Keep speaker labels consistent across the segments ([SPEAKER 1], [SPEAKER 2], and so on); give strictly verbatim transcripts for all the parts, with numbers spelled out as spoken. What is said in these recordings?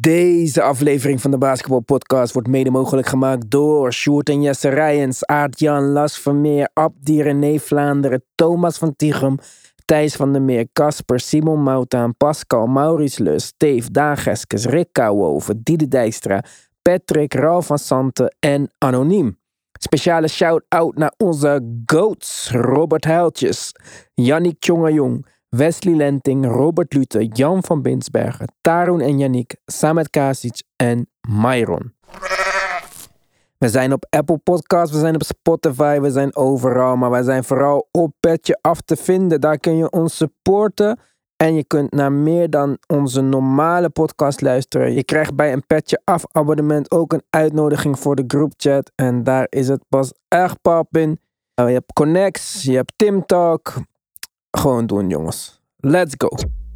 [SPEAKER 1] Deze aflevering van de Basketball Podcast wordt mede mogelijk gemaakt door Sjoerd en Jesse Rijens, Aart-Jan, Las Vermeer, Abdi, René Vlaanderen, Thomas van Tichem, Thijs van der Meer, Casper, Simon Moutaan, Pascal, Maurice Lus, Steve, Daan Geskes, Rick Kouwhoven, Diede Dijkstra, Patrick, Ralf van Santen en Anoniem. Speciale shout-out naar onze GOATs, Robert Huiltjes, Yannick Tjongajong, Wesley Lenting, Robert Lute, Jan van Binsbergen, Tarun en Yannick, Samet Kasic en Myron. We zijn op Apple Podcasts, we zijn op Spotify, we zijn overal, maar wij zijn vooral op Petje Af te vinden. Daar kun je ons supporten en je kunt naar meer dan onze normale podcast luisteren. Je krijgt bij een Petje Af abonnement ook een uitnodiging voor de groupchat en daar is het pas echt pap in. Je hebt Connects, je hebt Tim Talk. Gewoon doen, jongens. Let's go.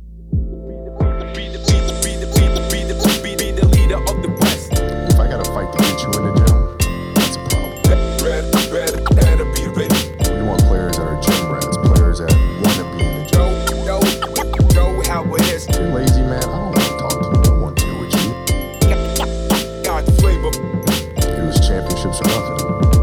[SPEAKER 2] If I gotta fight to get you in the gym, that's a problem. We want players that are gym rats, players that want to be in the gym. You're lazy, man. I don't want to talk to you. I want to deal with you. It was championships or nothing.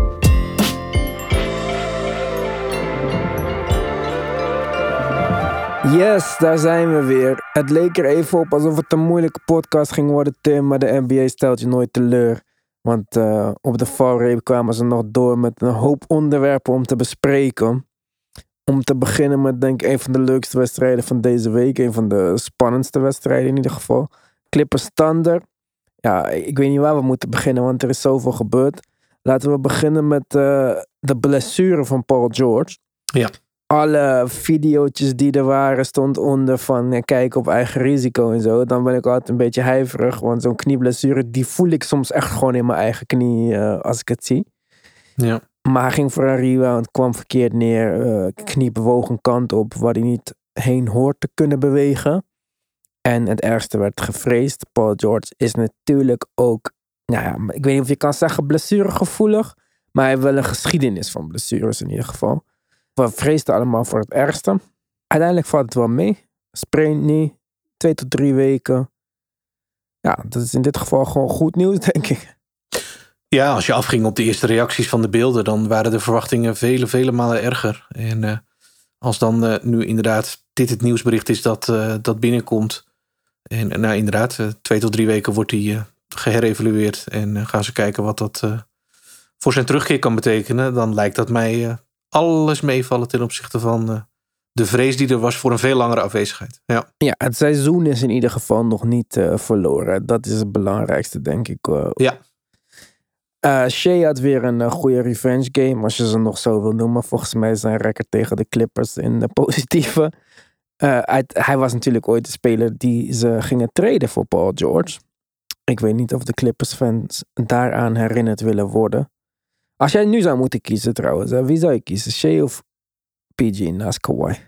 [SPEAKER 1] Yes, daar zijn we weer. Het leek er even op alsof het een moeilijke podcast ging worden, Tim. Maar de N B A stelt je nooit teleur. Want uh, op de valreep kwamen ze nog door met een hoop onderwerpen om te bespreken. Om te beginnen met, denk ik, een van de leukste wedstrijden van deze week. Een van de spannendste wedstrijden in ieder geval. Clippers Thunder. Ja, ik weet niet waar we moeten beginnen, want er is zoveel gebeurd. Laten we beginnen met uh, de blessure van Paul George.
[SPEAKER 3] Ja.
[SPEAKER 1] Alle video's die er waren stond onder van ja, kijken op eigen risico en zo. Dan ben ik altijd een beetje huiverig. Want zo'n knieblessure die voel ik soms echt gewoon in mijn eigen knie uh, als ik het zie.
[SPEAKER 3] Ja.
[SPEAKER 1] Maar hij ging voor een rebound, kwam verkeerd neer. Uh, knie bewoog een kant op waar hij niet heen hoort te kunnen bewegen. En het ergste werd gevreesd. Paul George is natuurlijk ook, nou ja, ik weet niet of je kan zeggen blessuregevoelig. Maar hij heeft wel een geschiedenis van blessures in ieder geval. We vreesden allemaal voor het ergste. Uiteindelijk valt het wel mee. Sprain knee, twee tot drie weken. Ja, dat is in dit geval gewoon goed nieuws, denk ik.
[SPEAKER 3] Ja, als je afging op de eerste reacties van de beelden, dan waren de verwachtingen vele, vele malen erger. En uh, als dan uh, nu inderdaad dit het nieuwsbericht is dat, uh, dat binnenkomt. En uh, nou inderdaad, uh, twee tot drie weken wordt hij uh, geherevalueerd. En uh, gaan ze kijken wat dat uh, voor zijn terugkeer kan betekenen. Dan lijkt dat mij uh, alles meevallen ten opzichte van uh, de vrees die er was voor een veel langere afwezigheid. Ja,
[SPEAKER 1] ja, het seizoen is in ieder geval nog niet uh, verloren. Dat is het belangrijkste, denk ik. Uh,
[SPEAKER 3] ja.
[SPEAKER 1] Uh, Shea had weer een uh, goede revenge game, als je ze nog zo wil noemen. Volgens mij is zijn record tegen de Clippers in de positieve. Uh, uit, hij was natuurlijk ooit de speler die ze gingen traden voor Paul George. Ik weet niet of de Clippers fans daaraan herinnerd willen worden. Als jij nu zou moeten kiezen trouwens, hè, wie zou je kiezen? Shea of P G naast Kawhi?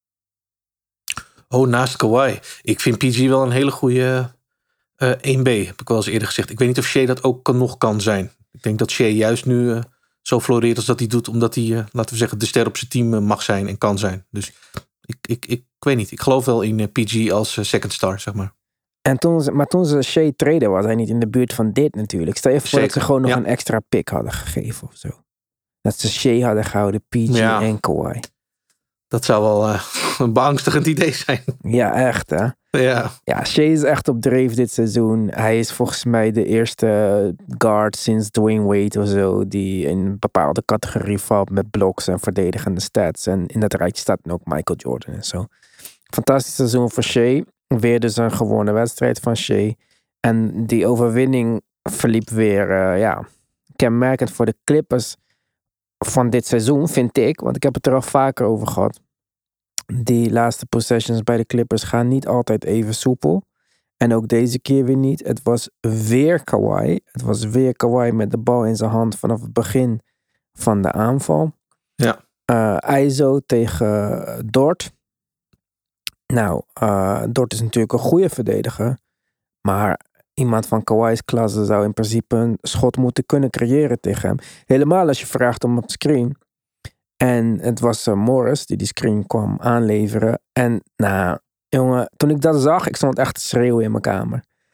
[SPEAKER 3] Oh, naast Kawhi. Ik vind P G wel een hele goede uh, één B, heb ik wel eens eerder gezegd. Ik weet niet of Shea dat ook kan, nog kan zijn. Ik denk dat Shea juist nu uh, zo floreert als dat hij doet, omdat hij, uh, laten we zeggen, de ster op zijn team uh, mag zijn en kan zijn. Dus ik, ik, ik, ik weet niet. Ik geloof wel in uh, P G als uh, second star, zeg maar.
[SPEAKER 1] En toen ze, maar toen ze Shea traden, was hij niet in de buurt van dit natuurlijk. Stel je voor Zeker, dat ze gewoon nog ja. een extra pick hadden gegeven of zo. Dat ze Shea hadden gehouden, P G ja. en Kawhi.
[SPEAKER 3] Dat zou wel uh, een beangstigend idee zijn.
[SPEAKER 1] Ja, echt hè.
[SPEAKER 3] Ja.
[SPEAKER 1] Ja, Shea is echt op dreef dit seizoen. Hij is volgens mij de eerste guard sinds Dwayne Wade of zo, die in een bepaalde categorie valt met blocks en verdedigende stats. En in dat rijtje staat ook Michael Jordan en zo. Fantastisch seizoen voor Shea. Weer dus een gewonnen wedstrijd van Shea. En die overwinning verliep weer, uh, ja, kenmerkend voor de Clippers van dit seizoen, vind ik. Want ik heb het er al vaker over gehad. Die laatste possessions bij de Clippers gaan niet altijd even soepel. En ook deze keer weer niet. Het was weer Kawhi. Het was weer Kawhi met de bal in zijn hand vanaf het begin van de aanval.
[SPEAKER 3] Ja.
[SPEAKER 1] Uh, I S O tegen Dort. Nou, uh, Dort is natuurlijk een goede verdediger. Maar iemand van Kawhi's klasse zou in principe een schot moeten kunnen creëren tegen hem. Helemaal als je vraagt om op screen. En het was uh, Morris die die screen kwam aanleveren. En nou, jongen, toen ik dat zag, ik stond echt te schreeuwen in mijn kamer.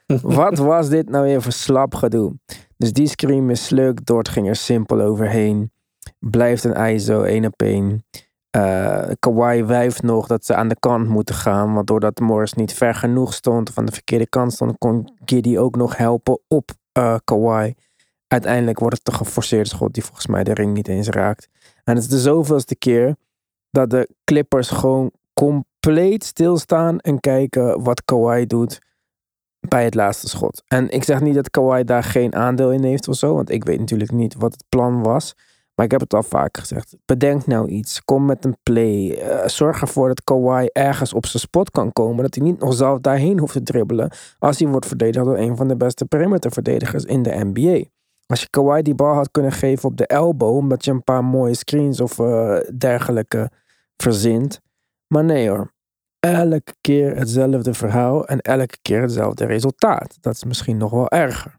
[SPEAKER 1] Wat was dit nou weer voor slap gedoe? Dus die screen mislukt. Dort ging er simpel overheen. Blijft een I S O, één op één. Uh, Kawhi wijft nog dat ze aan de kant moeten gaan. Want doordat Morris niet ver genoeg stond of aan de verkeerde kant stond, kon Giddey ook nog helpen op uh, Kawhi. Uiteindelijk wordt het een geforceerde schot die volgens mij de ring niet eens raakt. En het is de zoveelste keer dat de Clippers gewoon compleet stilstaan en kijken wat Kawhi doet bij het laatste schot. En ik zeg niet dat Kawhi daar geen aandeel in heeft of zo, want ik weet natuurlijk niet wat het plan was. Maar ik heb het al vaak gezegd. Bedenk nou iets. Kom met een play. Uh, zorg ervoor dat Kawhi ergens op zijn spot kan komen. Dat hij niet nog zelf daarheen hoeft te dribbelen. Als hij wordt verdedigd door een van de beste perimeterverdedigers in de N B A. Als je Kawhi die bal had kunnen geven op de elbow, omdat je een paar mooie screens of uh, dergelijke verzint. Maar nee hoor. Elke keer hetzelfde verhaal en elke keer hetzelfde resultaat. Dat is misschien nog wel erger.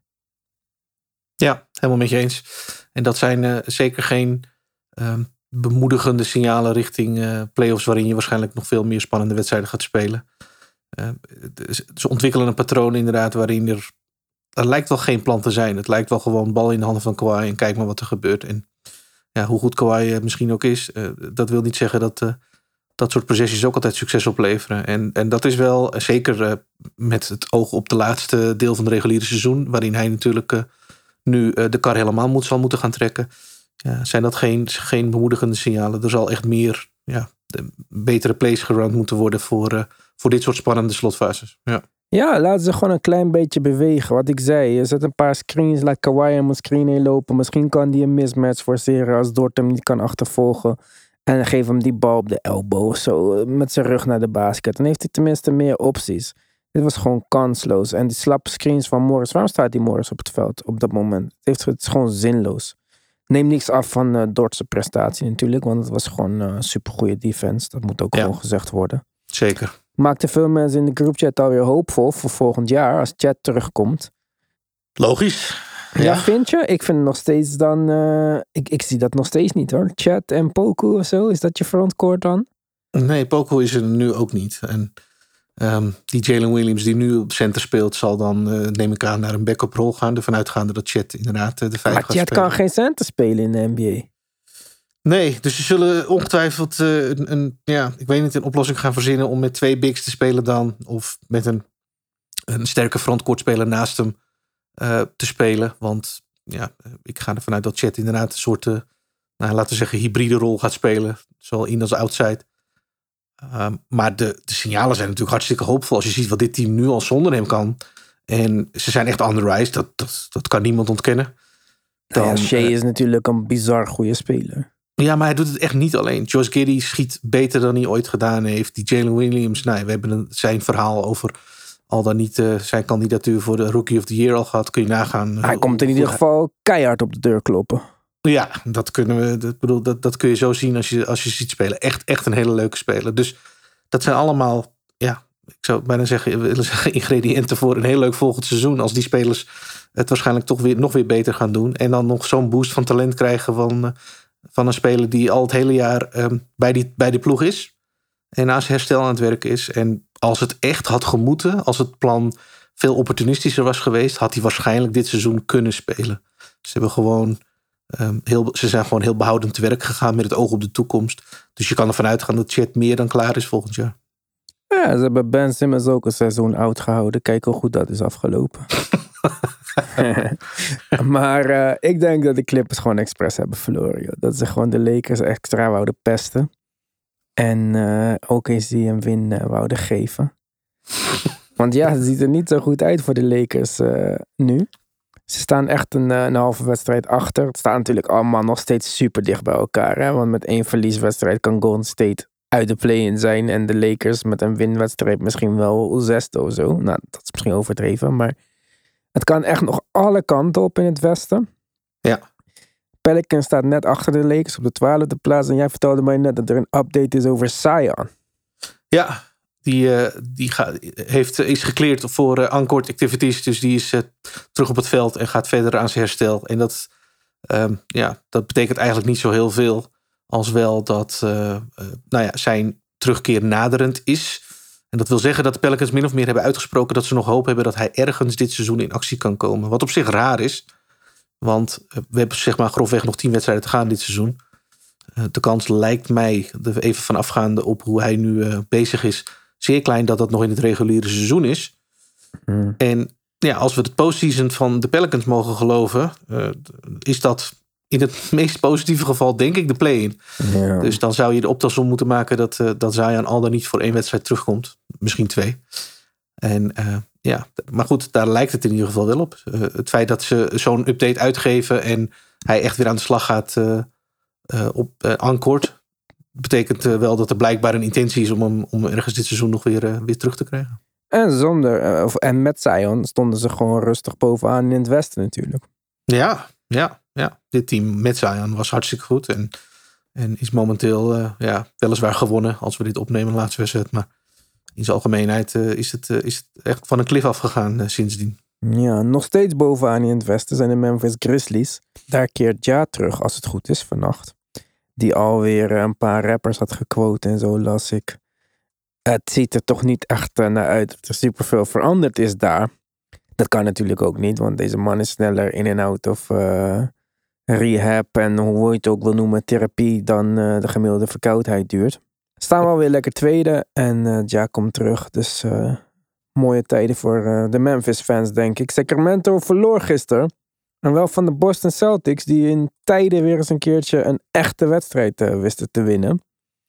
[SPEAKER 3] Ja, helemaal met je eens. En dat zijn uh, zeker geen uh, bemoedigende signalen richting uh, play-offs waarin je waarschijnlijk nog veel meer spannende wedstrijden gaat spelen. Uh, ze ontwikkelen een patroon inderdaad waarin er, er lijkt wel geen plan te zijn. Het lijkt wel gewoon bal in de handen van Kawhi en kijk maar wat er gebeurt. En ja, hoe goed Kawhi uh, misschien ook is, uh, dat wil niet zeggen dat uh, dat soort possessies ook altijd succes opleveren. En, en dat is wel uh, zeker uh, met het oog op de laatste deel van het reguliere seizoen, waarin hij natuurlijk uh, nu uh, de kar helemaal moet, zal moeten gaan trekken. Ja, zijn dat geen, geen bemoedigende signalen. Er zal echt meer ja, betere plays gerund moeten worden voor, uh, voor dit soort spannende slotfases. Ja.
[SPEAKER 1] Ja, laten ze gewoon een klein beetje bewegen. Wat ik zei, je zet een paar screens, laat Kawhi hem een screen heen lopen. Misschien kan die een mismatch forceren als Dort hem niet kan achtervolgen. En geef hem die bal op de elbow of zo, met zijn rug naar de basket. Dan heeft hij tenminste meer opties. Dit was gewoon kansloos. En die slappe screens van Morris, waarom staat die Morris op het veld op dat moment? Het, heeft, het is gewoon zinloos. Neem niks af van uh, Dort's prestatie natuurlijk, want het was gewoon een uh, supergoeie defense. Dat moet ook ja. gewoon gezegd worden.
[SPEAKER 3] Zeker.
[SPEAKER 1] Maakte veel mensen in de groupchat alweer hoopvol voor volgend jaar als Chat terugkomt.
[SPEAKER 3] Logisch.
[SPEAKER 1] Ja, ja, vind je? Ik vind het nog steeds dan... Uh, ik, ik zie dat nog steeds niet hoor. Chat en Poku of zo. Is dat je frontcourt dan?
[SPEAKER 3] Nee, Poku is er nu ook niet. En um, die Jalen Williams die nu op center speelt, zal dan, uh, neem ik aan, naar een backup rol gaan. Ervan uitgaande dat Chat inderdaad uh, de vijf
[SPEAKER 1] maar
[SPEAKER 3] gaat
[SPEAKER 1] Chat
[SPEAKER 3] spelen.
[SPEAKER 1] kan geen center spelen in de N B A.
[SPEAKER 3] Nee, dus ze zullen ongetwijfeld uh, een, een, ja, ik weet niet, een oplossing gaan verzinnen om met twee bigs te spelen dan. Of met een, een sterke frontcourtspeler naast hem uh, te spelen. Want ja, ik ga ervan uit dat Chat inderdaad een soort, uh, nou, laten we zeggen, hybride rol gaat spelen. Zowel in als outside. Um, maar de, de signalen zijn natuurlijk hartstikke hoopvol. Als je ziet wat dit team nu al zonder hem kan. En ze zijn echt on the rise. Dat, dat, dat kan niemand ontkennen.
[SPEAKER 1] Dan, nou ja, Shea uh, is natuurlijk een bizar goede speler.
[SPEAKER 3] Ja, maar hij doet het echt niet alleen. Josh Giddey schiet beter dan hij ooit gedaan heeft. Die Jalen Williams, nou, we hebben een, zijn verhaal over al dan niet uh, zijn kandidatuur voor de Rookie of the Year al gehad. Kun je nagaan. Uh,
[SPEAKER 1] hij komt in ieder geval keihard op de deur kloppen.
[SPEAKER 3] Ja, dat kunnen we. Dat, bedoel, dat, dat kun je zo zien als je, als je ziet spelen. Echt, echt een hele leuke speler. Dus dat zijn allemaal, ja, ik zou bijna zeggen, willen zeggen ingrediënten voor een heel leuk volgend seizoen. Als die spelers het waarschijnlijk toch weer nog weer beter gaan doen. En dan nog zo'n boost van talent krijgen van, uh, van een speler die al het hele jaar um, bij, die, bij die ploeg is. En aan zijn herstel aan het werken is. En als het echt had gemoeten, als het plan veel opportunistischer was geweest, had hij waarschijnlijk dit seizoen kunnen spelen. Ze hebben gewoon Um, heel, ze zijn gewoon heel behoudend te werk gegaan met het oog op de toekomst. Dus je kan ervan uitgaan dat Chat meer dan klaar is volgend jaar.
[SPEAKER 1] Ja, ze hebben Ben Simmons ook een seizoen oud gehouden. Kijk hoe goed dat is afgelopen. Maar uh, ik denk dat de Clippers gewoon expres hebben verloren. Joh. Dat ze gewoon de Lakers extra wouden pesten. En uh, ook eens die een win uh, wouden geven. Want ja, het ziet er niet zo goed uit voor de Lakers uh, nu. Ze staan echt een, een halve wedstrijd achter. Het staat natuurlijk allemaal nog steeds super dicht bij elkaar. Hè? Want met één verlieswedstrijd kan Golden State uit de play-in zijn. En de Lakers met een winwedstrijd misschien wel zesde of zo. Nou, dat is misschien overdreven. Maar het kan echt nog alle kanten op in het westen.
[SPEAKER 3] Ja.
[SPEAKER 1] Pelican staat net achter de Lakers op de twaalfde plaats. En jij vertelde mij net dat er een update is over Zion.
[SPEAKER 3] Ja. Die, uh, die ga, heeft, is gecleared voor uh, uncourt activities. Dus die is uh, terug op het veld en gaat verder aan zijn herstel. En dat, um, ja, dat betekent eigenlijk niet zo heel veel. Als wel dat uh, uh, nou ja, zijn terugkeer naderend is. En dat wil zeggen dat de Pelicans min of meer hebben uitgesproken dat ze nog hoop hebben dat hij ergens dit seizoen in actie kan komen. Wat op zich raar is. Want we hebben zeg maar grofweg nog tien wedstrijden te gaan dit seizoen. De kans lijkt mij, even vanafgaande op hoe hij nu uh, bezig is, zeer klein dat dat nog in het reguliere seizoen is. Mm. En ja, als we het postseason van de Pelicans mogen geloven, uh, is dat in het meest positieve geval denk ik de play-in. Ja. Dus dan zou je de optelsom moeten maken dat, uh, dat Zion al dan niet voor één wedstrijd terugkomt. Misschien twee. En uh, ja, maar goed, daar lijkt het in ieder geval wel op. Uh, het feit dat ze zo'n update uitgeven en hij echt weer aan de slag gaat uh, uh, op uh, Ancourt, betekent uh, wel dat er blijkbaar een intentie is om hem om ergens dit seizoen nog weer, uh, weer terug te krijgen.
[SPEAKER 1] En zonder, uh, en met Zion stonden ze gewoon rustig bovenaan in het westen natuurlijk. Ja,
[SPEAKER 3] ja, ja. Dit team met Zion was hartstikke goed. En, en is momenteel uh, ja, weliswaar gewonnen als we dit opnemen de laatste wedstrijd. Maar in zijn algemeenheid uh, is, het, uh, is het echt van een klif afgegaan uh, sindsdien.
[SPEAKER 1] Ja, nog steeds bovenaan in het westen zijn de Memphis Grizzlies. Daar keert Ja terug als het goed is vannacht. Die alweer een paar rappers had gequote en zo las ik. Het ziet er toch niet echt naar uit dat er superveel veranderd is daar. Dat kan natuurlijk ook niet, want deze man is sneller in en out of uh, rehab en hoe je het ook wil noemen, therapie dan uh, de gemiddelde verkoudheid duurt. Staan we alweer lekker tweede en uh, Ja komt terug. Dus uh, mooie tijden voor uh, de Memphis fans, denk ik. Sacramento verloor gisteren. En wel van de Boston Celtics, die in tijden weer eens een keertje een echte wedstrijd uh, wisten te winnen.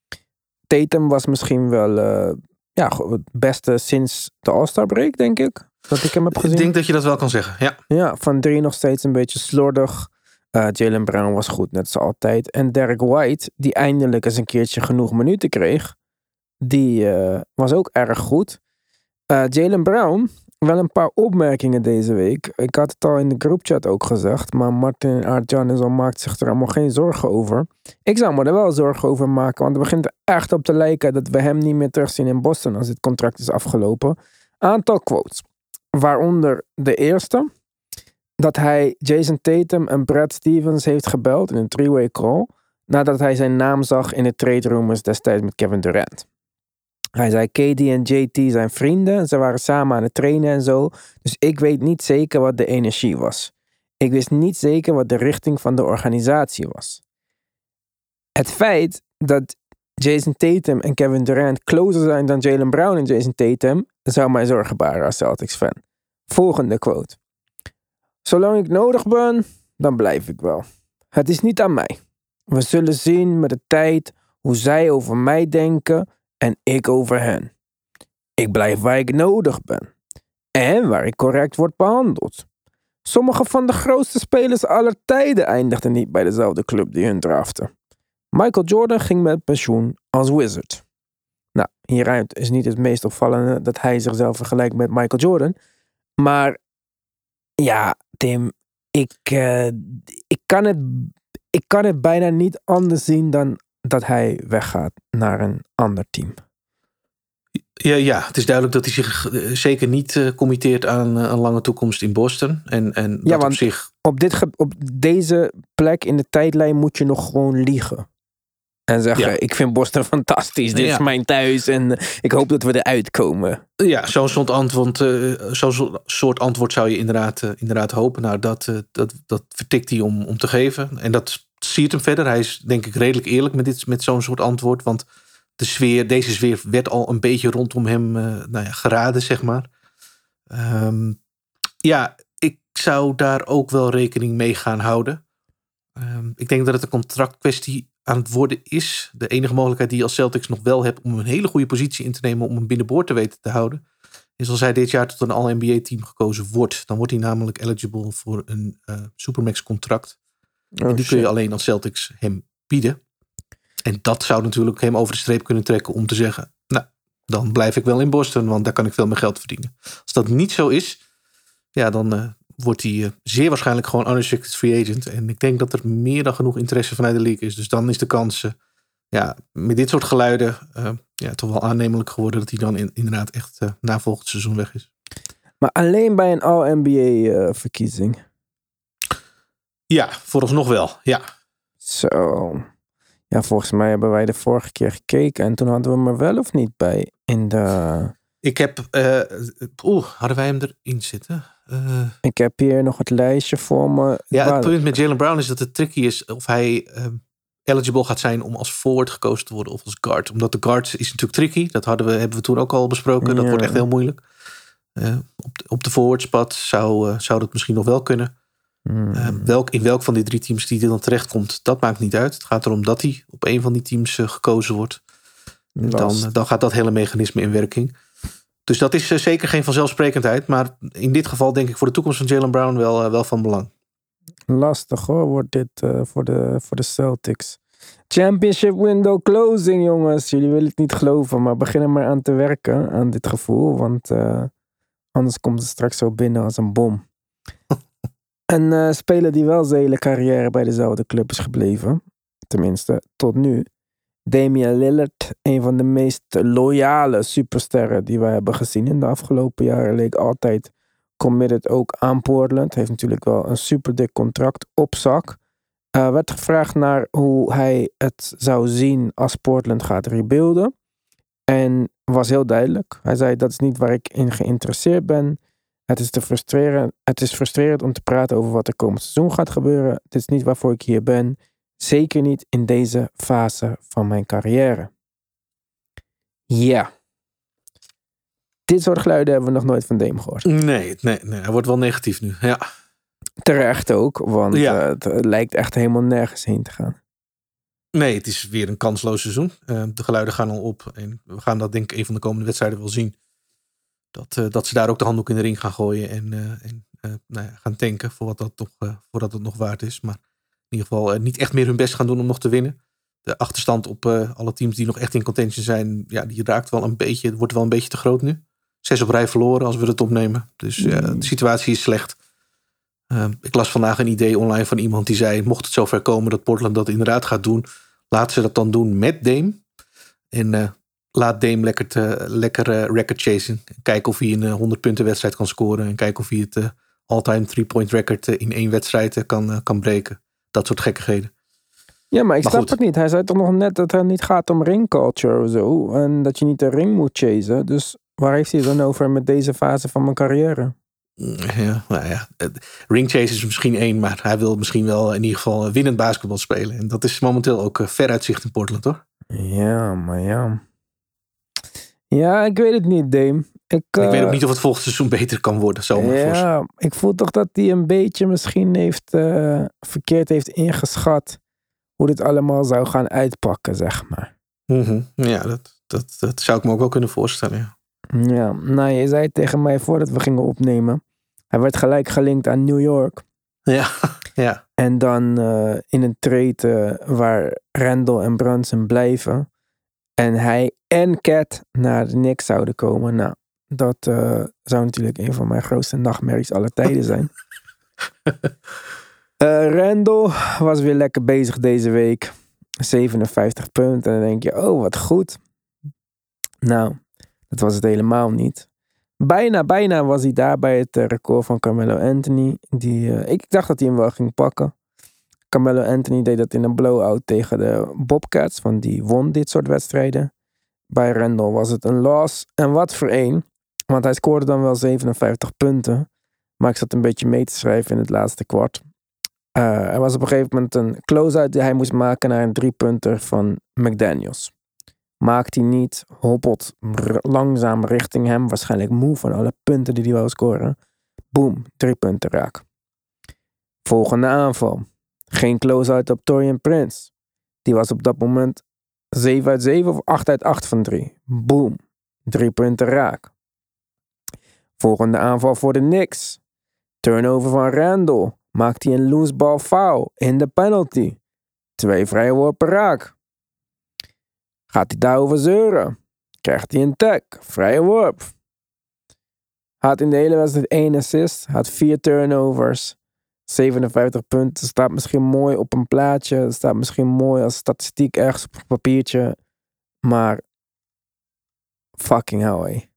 [SPEAKER 1] Tatum was misschien wel uh, ja, het beste sinds de All-Star break, denk ik. Dat ik hem heb gezien.
[SPEAKER 3] Ik denk dat je dat wel kan zeggen, ja.
[SPEAKER 1] Ja, van drie nog steeds een beetje slordig. Uh, Jaylen Brown was goed, net zoals altijd. En Derek White, die eindelijk eens een keertje genoeg minuten kreeg, die uh, was ook erg goed. Uh, Jaylen Brown, wel een paar opmerkingen deze week. Ik had het al in de groupchat ook gezegd, maar Martin en Art-Jan en zo maakt zich er allemaal geen zorgen over. Ik zou me er wel zorgen over maken, want het begint er echt op te lijken dat we hem niet meer terugzien in Boston als dit contract is afgelopen. Aantal quotes, waaronder de eerste, dat hij Jason Tatum en Brad Stevens heeft gebeld in een three-way call, nadat hij zijn naam zag in de trade rumors destijds met Kevin Durant. Hij zei, K D en J T zijn vrienden. Ze waren samen aan het trainen en zo. Dus ik weet niet zeker wat de energie was. Ik wist niet zeker wat de richting van de organisatie was. Het feit dat Jason Tatum en Kevin Durant closer zijn dan Jaylen Brown en Jason Tatum zou mij zorgen baren als Celtics fan. Volgende quote. Zolang ik nodig ben, dan blijf ik wel. Het is niet aan mij. We zullen zien met de tijd hoe zij over mij denken en ik over hen. Ik blijf waar ik nodig ben. En waar ik correct word behandeld. Sommige van de grootste spelers aller tijden eindigden niet bij dezelfde club die hun drafte. Michael Jordan ging met pensioen als Wizard. Nou, hieruit is niet het meest opvallende dat hij zichzelf vergelijkt met Michael Jordan. Maar ja, Tim, ik, uh, ik, kan het, ik kan het bijna niet anders zien dan dat hij weggaat naar een ander team.
[SPEAKER 3] Ja, ja, het is duidelijk dat hij zich uh, zeker niet uh, committeert aan uh, een lange toekomst in Boston. En, en
[SPEAKER 1] ja,
[SPEAKER 3] dat
[SPEAKER 1] want
[SPEAKER 3] op zich.
[SPEAKER 1] Op, dit ge- op deze plek in de tijdlijn moet je nog gewoon liegen. En zeggen, ja. Ik vind Boston fantastisch. Dit ja. is mijn thuis en uh, ik hoop dat we eruit komen.
[SPEAKER 3] Ja, zo'n soort antwoord, uh, zo'n soort antwoord zou je inderdaad, uh, inderdaad hopen. Nou, dat, uh, dat, dat vertikt hij om, om te geven. En dat ziet hem verder. Hij is denk ik redelijk eerlijk met, dit, met zo'n soort antwoord. Want de sfeer, deze sfeer werd al een beetje rondom hem uh, nou ja, geraden, zeg maar. Um, ja, ik zou daar ook wel rekening mee gaan houden. Um, ik denk dat het een contractkwestie aan het worden is. De enige mogelijkheid die je als Celtics nog wel hebt om een hele goede positie in te nemen om hem binnenboord te weten te houden, is als hij dit jaar tot een All-N B A team gekozen wordt. Dan wordt hij namelijk eligible voor een uh, Supermax contract. Oh, en die shit. kun je alleen als Celtics hem bieden. En dat zou natuurlijk hem over de streep kunnen trekken om te zeggen, nou, dan blijf ik wel in Boston, want daar kan ik veel meer geld verdienen. Als dat niet zo is, ja, dan uh, wordt hij uh, zeer waarschijnlijk gewoon unrestricted free agent. En ik denk dat er meer dan genoeg interesse vanuit de league is. Dus dan is de kans, uh, ja, met dit soort geluiden, uh, ja, toch wel aannemelijk geworden dat hij dan in, inderdaad echt uh, na volgend seizoen weg is.
[SPEAKER 1] Maar alleen bij een All-N B A-verkiezing? Uh,
[SPEAKER 3] ja, vooralsnog wel, ja.
[SPEAKER 1] Zo. Ja, volgens mij hebben wij de vorige keer gekeken. En toen hadden we hem er wel of niet bij in de...
[SPEAKER 3] Ik heb... Uh, Oeh, hadden wij hem erin zitten? Uh,
[SPEAKER 1] ik heb hier nog het lijstje voor me.
[SPEAKER 3] Ja,
[SPEAKER 1] Waar...
[SPEAKER 3] het punt met Jaylen Brown is dat het tricky is of hij uh, eligible gaat zijn om als forward gekozen te worden of als guard. Omdat de guard is natuurlijk tricky. Dat hadden we, hebben we toen ook al besproken. Dat ja. wordt echt heel moeilijk. Uh, op, de, op de forward spot zou, uh, zou dat misschien nog wel kunnen. Hmm. Uh, welk, in welk van die drie teams die er dan terecht komt, dat maakt niet uit. Het gaat erom dat hij op een van die teams uh, gekozen wordt. Dan, dan gaat dat hele mechanisme in werking. Dus dat is uh, zeker geen vanzelfsprekendheid. Maar in dit geval denk ik voor de toekomst van Jaylen Brown wel, uh, wel van belang.
[SPEAKER 1] Lastig hoor, wordt dit uh, voor, de, voor de Celtics. Championship window closing, jongens. Jullie willen het niet geloven, maar beginnen maar aan te werken aan dit gevoel. Want uh, anders komt het straks zo binnen als een bom. Een uh, speler die wel zijn hele carrière bij dezelfde club is gebleven. Tenminste, tot nu. Damian Lillard, een van de meest loyale supersterren die we hebben gezien in de afgelopen jaren. Leek altijd committed ook aan Portland. Heeft natuurlijk wel een super dik contract op zak. Uh, werd gevraagd naar hoe hij het zou zien als Portland gaat rebuilden. En was heel duidelijk. Hij zei, dat is niet waar ik in geïnteresseerd ben. Het is, te frustrerend, het is frustrerend om te praten over wat er komend seizoen gaat gebeuren. Het is niet waarvoor ik hier ben. Zeker niet in deze fase van mijn carrière. Ja. Dit soort geluiden hebben we nog nooit van Dame gehoord.
[SPEAKER 3] Nee, nee, nee, hij wordt wel negatief nu. Ja.
[SPEAKER 1] Terecht ook, want ja. uh, het lijkt echt helemaal nergens heen te gaan.
[SPEAKER 3] Nee, het is weer een kansloos seizoen. Uh, de geluiden gaan al op. En we gaan dat denk ik een van de komende wedstrijden wel zien. Dat, uh, dat ze daar ook de handdoek in de ring gaan gooien. En, uh, en uh, nou ja, gaan tanken voor wat dat nog, uh, voordat het nog waard is. Maar in ieder geval uh, niet echt meer hun best gaan doen om nog te winnen. De achterstand op uh, alle teams die nog echt in contention zijn. Ja, die raakt wel een beetje. Het wordt wel een beetje te groot nu. Zes op rij verloren als we het opnemen. Dus uh, de situatie is slecht. Uh, ik las vandaag een idee online van iemand die zei, mocht het zover komen dat Portland dat inderdaad gaat doen, laten ze dat dan doen met Dame. En uh, laat Dame lekker, te, lekker uh, record chasen. Kijken of hij een uh, honderd punten wedstrijd kan scoren. En kijken of hij het uh, all-time three-point record uh, in één wedstrijd uh, kan, uh, kan breken. Dat soort gekkigheden.
[SPEAKER 1] Ja, maar ik maar snap goed. het niet. Hij zei toch nog net dat het niet gaat om ring culture of zo. En dat je niet de ring moet chasen. Dus waar heeft hij het dan over met deze fase van mijn carrière?
[SPEAKER 3] Ja, nou ja, ringchase is misschien één, maar hij wil misschien wel in ieder geval winnend basketbal spelen. En dat is momenteel ook ver uitzicht in Portland, hoor.
[SPEAKER 1] Ja, maar ja. Ja, ik weet het niet, Dame. Ik, uh,
[SPEAKER 3] ik weet ook niet of het volgend seizoen beter kan worden. Zomaar
[SPEAKER 1] ja,
[SPEAKER 3] fors.
[SPEAKER 1] Ik voel toch dat hij een beetje misschien heeft uh, verkeerd heeft ingeschat hoe dit allemaal zou gaan uitpakken, zeg maar.
[SPEAKER 3] Mm-hmm. Ja, dat, dat, dat zou ik me ook wel kunnen voorstellen, ja.
[SPEAKER 1] Ja, nou, je zei tegen mij voordat we gingen opnemen. Hij werd gelijk gelinkt aan New York.
[SPEAKER 3] Ja, ja.
[SPEAKER 1] En dan uh, in een trade uh, waar Randall en Brunson blijven. En hij en Cat naar de Knicks zouden komen. Nou, dat uh, zou natuurlijk een van mijn grootste nachtmerries aller tijden zijn. uh, Randall was weer lekker bezig deze week. zevenenvijftig punten. En dan denk je, oh, wat goed. Nou, dat was het helemaal niet. Bijna, bijna was hij daar bij het uh, record van Carmelo Anthony. Die, uh, ik dacht dat hij hem wel ging pakken. Carmelo Anthony deed dat in een blowout tegen de Bobcats. Want die won dit soort wedstrijden. Bij Randall was het een loss. En wat voor één. Want hij scoorde dan wel zevenenvijftig punten. Maar ik zat een beetje mee te schrijven in het laatste kwart. Uh, er was op een gegeven moment een close-out die hij moest maken naar een driepunter van McDaniels. Maakt hij niet, hoppelt r- langzaam richting hem. Waarschijnlijk moe van alle punten die hij wou scoren. Boom, drie punten raak. Volgende aanval. Geen close-out op Taurean Prince. Die was op dat moment zeven uit zeven of acht uit acht van drie. Boom, drie punten raak. Volgende aanval voor de Knicks. Turnover van Randall. Maakt hij een loose ball foul in de penalty. Twee vrije worpen raak. Gaat hij daarover zeuren? Krijgt hij een tag? Vrije worp. Had in de hele wedstrijd één assist. Had vier turnovers. zevenenvijftig punten. Staat misschien mooi op een plaatje. Staat misschien mooi als statistiek ergens op een papiertje. Maar fucking hell, hé.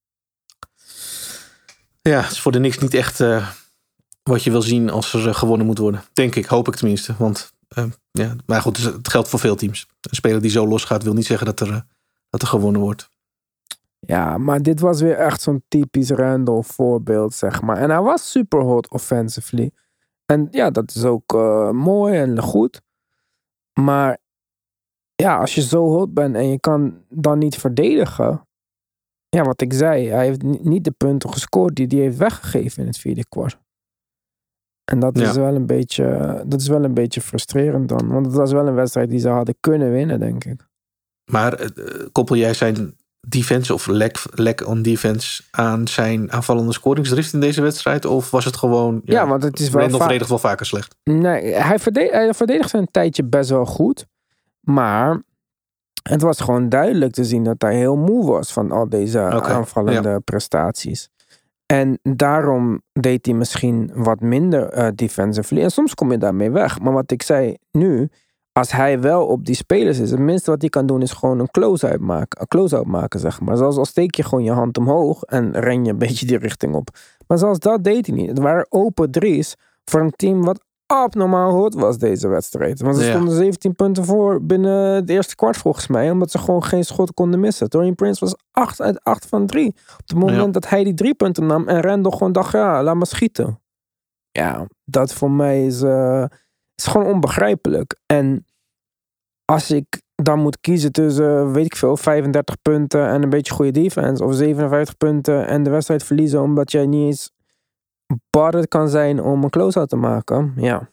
[SPEAKER 3] Ja, het is voor de Knicks niet echt uh, wat je wil zien als er uh, gewonnen moet worden. Denk ik, hoop ik tenminste. Want Uh, ja, maar goed, het geldt voor veel teams. Een speler die zo losgaat wil niet zeggen dat er, uh, dat er gewonnen wordt.
[SPEAKER 1] Ja, maar dit was weer echt zo'n typisch Randall voorbeeld, zeg maar. En hij was super hot offensively. En ja, dat is ook uh, mooi en goed. Maar ja, als je zo hot bent en je kan dan niet verdedigen. Ja, wat ik zei, hij heeft niet de punten gescoord die hij heeft weggegeven in het vierde kwart. En dat is, ja. wel een beetje, dat is wel een beetje frustrerend dan. Want het was wel een wedstrijd die ze hadden kunnen winnen, denk ik.
[SPEAKER 3] Maar uh, koppel jij zijn defense of lack, lack on defense aan zijn aanvallende scoringsdrift in deze wedstrijd? Of was het gewoon... Ja,
[SPEAKER 1] ja want het is wel...
[SPEAKER 3] Randall va- verdedigt wel vaker slecht.
[SPEAKER 1] Nee, hij, verde- hij verdedigt een tijdje best wel goed. Maar het was gewoon duidelijk te zien dat hij heel moe was van al deze okay. aanvallende ja. prestaties. En daarom deed hij misschien wat minder uh, defensively. En soms kom je daarmee weg. Maar wat ik zei nu, als hij wel op die spelers is, het minste wat hij kan doen is gewoon een close-out maken. Een close-out maken, zeg maar. Zoals al steek je gewoon je hand omhoog en ren je een beetje die richting op. Maar zelfs dat deed hij niet. Het waren open drie's voor een team wat abnormaal hot was deze wedstrijd. Want ze ja. stonden zeventien punten voor binnen het eerste kwart volgens mij. Omdat ze gewoon geen schot konden missen. Taurean Prince was acht uit acht van drie. Op het moment ja. dat hij die drie punten nam en Randall gewoon dacht, ja, laat maar schieten. Ja, dat voor mij is, uh, is gewoon onbegrijpelijk. En als ik dan moet kiezen tussen, weet ik veel, vijfendertig punten en een beetje goede defense. Of zevenenvijftig punten en de wedstrijd verliezen omdat jij niet eens bothered kan zijn om een close-out te maken. Ja.